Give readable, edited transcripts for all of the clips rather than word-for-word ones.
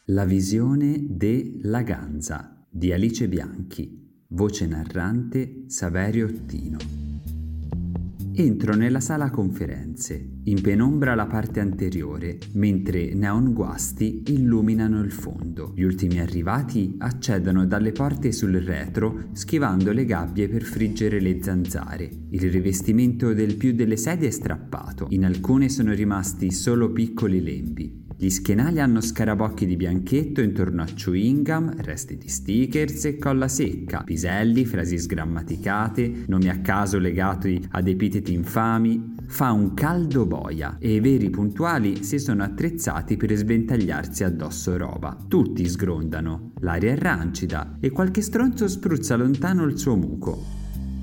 La visione della Ganza di Alice Bianchi, voce narrante Saverio Ottino. Entro nella sala conferenze, in penombra la parte anteriore, mentre neon guasti illuminano il fondo. Gli ultimi arrivati accedono dalle porte sul retro, schivando le gabbie per friggere le zanzare. Il rivestimento del più delle sedie è strappato, in alcune sono rimasti solo piccoli lembi. Gli schienali hanno scarabocchi di bianchetto intorno a chewing gum, resti di stickers e colla secca, piselli, frasi sgrammaticate, nomi a caso legati ad epiteti infami. Fa un caldo boia e i veri puntuali si sono attrezzati per sventagliarsi addosso roba. Tutti sgrondano, l'aria è rancida e qualche stronzo spruzza lontano il suo muco.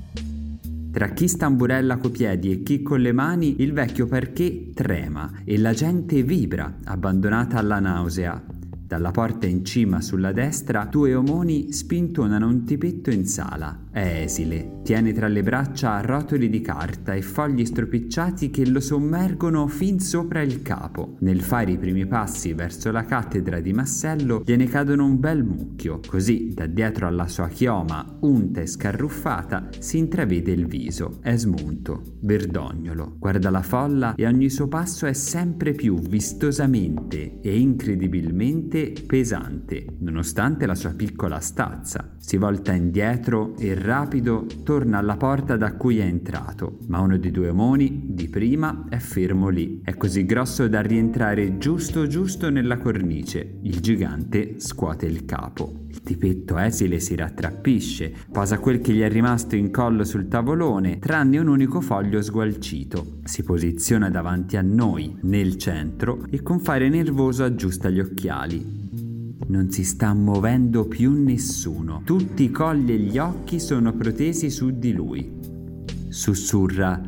Tra chi stamburella coi piedi e chi con le mani, il vecchio parquet trema e la gente vibra, abbandonata alla nausea. Dalla porta in cima sulla destra, due omoni spintonano un tipetto in sala. È esile, tiene tra le braccia rotoli di carta e fogli stropicciati che lo sommergono fin sopra il capo. Nel fare i primi passi verso la cattedra di Massello gliene cadono un bel mucchio, così da dietro alla sua chioma, unta e scarruffata, si intravede il viso. È smunto, verdognolo, guarda la folla e ogni suo passo è sempre più vistosamente e incredibilmente pesante, nonostante la sua piccola stazza. Si volta indietro e rapido torna alla porta da cui è entrato, ma uno dei due omoni di prima è fermo lì. È così grosso da rientrare giusto nella cornice. Il gigante scuote il capo. Il tipetto esile si rattrappisce, posa quel che gli è rimasto in collo sul tavolone, tranne un unico foglio sgualcito. Si posiziona davanti a noi, nel centro, e con fare nervoso aggiusta gli occhiali. Non si sta muovendo più nessuno. Tutti i colli e gli occhi sono protesi su di lui. Sussurra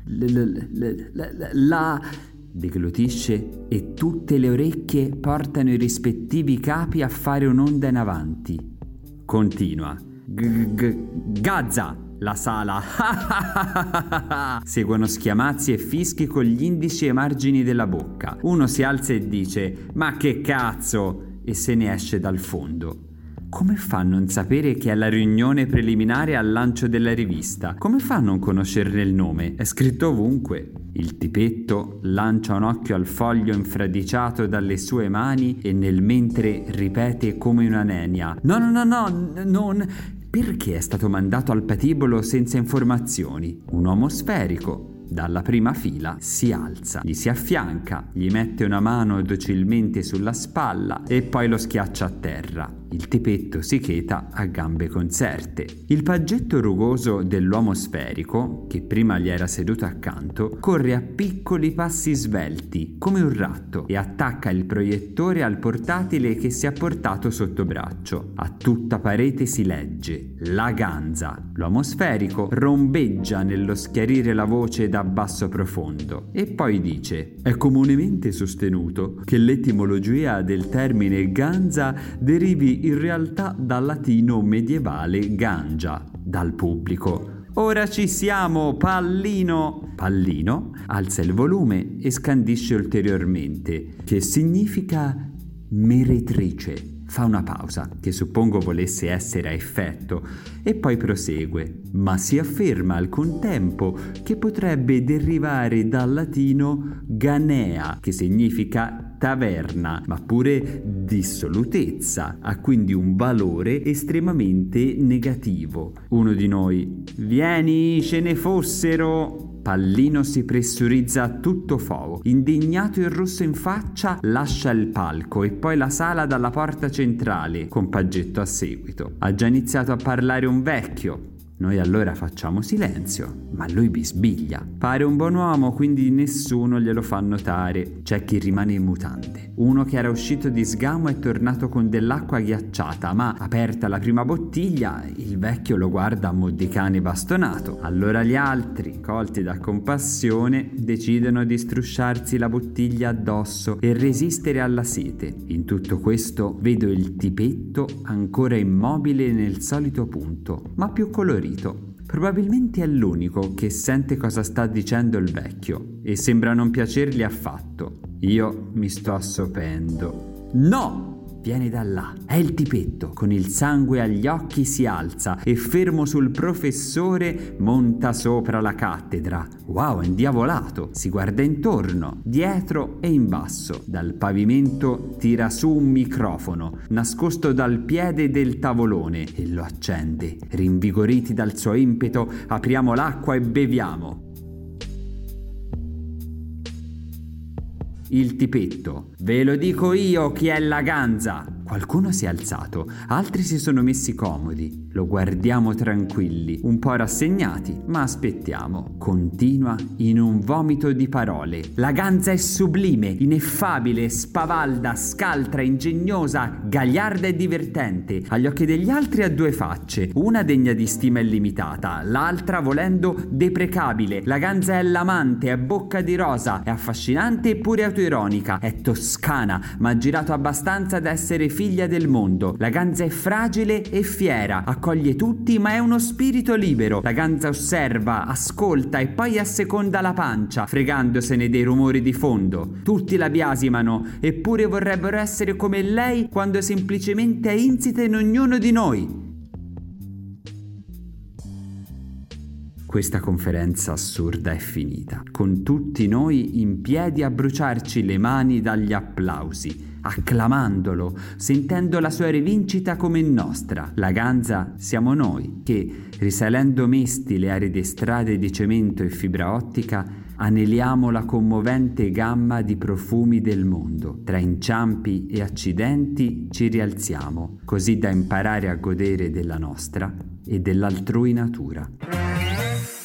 la deglutisce e tutte le orecchie portano i rispettivi capi a fare un'onda in avanti. Continua. Gazza! La sala. Seguono schiamazzi e fischi con gli indici ai margini della bocca. Uno si alza e dice: "Ma che cazzo!" e se ne esce dal fondo. Come fa a non sapere che è la riunione preliminare al lancio della rivista? Come fa a non conoscerne il nome? È scritto ovunque. Il tipetto lancia un occhio al foglio infradiciato dalle sue mani e nel mentre ripete come una nenia: No, non... Perché è stato mandato al patibolo senza informazioni? Un uomo sferico dalla prima fila si alza, gli si affianca, gli mette una mano docilmente sulla spalla e poi lo schiaccia a terra. Il tipetto si cheta a gambe conserte. Il paggetto rugoso dell'uomo sferico, che prima gli era seduto accanto, corre a piccoli passi svelti, come un ratto, e attacca il proiettore al portatile che si è portato sotto braccio. A tutta parete si legge: La Ganza. L'uomo sferico rombeggia nello schiarire la voce da basso profondo e poi dice: È comunemente sostenuto che l'etimologia del termine ganza derivi in realtà dal latino medievale gangia. Dal pubblico: Ora ci siamo, Pallino! Pallino alza il volume e scandisce ulteriormente, che significa meretrice. Fa una pausa, che suppongo volesse essere a effetto, e poi prosegue, ma si afferma al contempo che potrebbe derivare dal latino ganea, che significa taverna, ma pure dissolutezza, ha quindi un valore estremamente negativo. Uno di noi: vieni, ce ne fossero! Pallino si pressurizza a tutto fuoco, indignato e rosso in faccia, lascia il palco e poi la sala dalla porta centrale, con Paggetto a seguito. Ha già iniziato a parlare un vecchio. Noi allora facciamo silenzio, ma lui bisbiglia. Pare un buon uomo, quindi nessuno glielo fa notare. C'è chi rimane in mutande. Uno che era uscito di sgamo è tornato con dell'acqua ghiacciata, ma aperta la prima bottiglia, il vecchio lo guarda a mo' di cane bastonato. Allora gli altri, colti da compassione, decidono di strusciarsi la bottiglia addosso e resistere alla sete. In tutto questo vedo il tipetto ancora immobile nel solito punto, ma più colorito. Probabilmente è l'unico che sente cosa sta dicendo il vecchio e sembra non piacergli affatto. Io mi sto assopendo. No! viene da là. È il tipetto, con il sangue agli occhi si alza e fermo sul professore monta sopra la cattedra. Wow, è indiavolato, si guarda intorno, dietro e in basso. Dal pavimento tira su un microfono, nascosto dal piede del tavolone, e lo accende. Rinvigoriti dal suo impeto, apriamo l'acqua e beviamo. Il tipetto: ve lo dico io chi è la ganza. Qualcuno si è alzato, altri si sono messi comodi. Lo guardiamo tranquilli, un po' rassegnati, ma aspettiamo. Continua in un vomito di parole. La ganza è sublime, ineffabile, spavalda, scaltra, ingegnosa, gagliarda e divertente. Agli occhi degli altri ha due facce, una degna di stima illimitata, l'altra, volendo, deprecabile. La ganza è l'amante, è bocca di rosa, è affascinante eppure autoironica, è toscana, ma ha girato abbastanza da essere figlia del mondo. La ganza è fragile e fiera, accoglie tutti ma è uno spirito libero. La ganza osserva, ascolta e poi asseconda la pancia, fregandosene dei rumori di fondo. Tutti la biasimano, eppure vorrebbero essere come lei quando semplicemente è insita in ognuno di noi. Questa conferenza assurda è finita, con tutti noi in piedi a bruciarci le mani dagli applausi, acclamandolo, sentendo la sua rivincita come nostra. La ganza siamo noi, che, risalendo mesti le aride strade di cemento e fibra ottica, aneliamo la commovente gamma di profumi del mondo. Tra inciampi e accidenti ci rialziamo, così da imparare a godere della nostra e dell'altrui natura.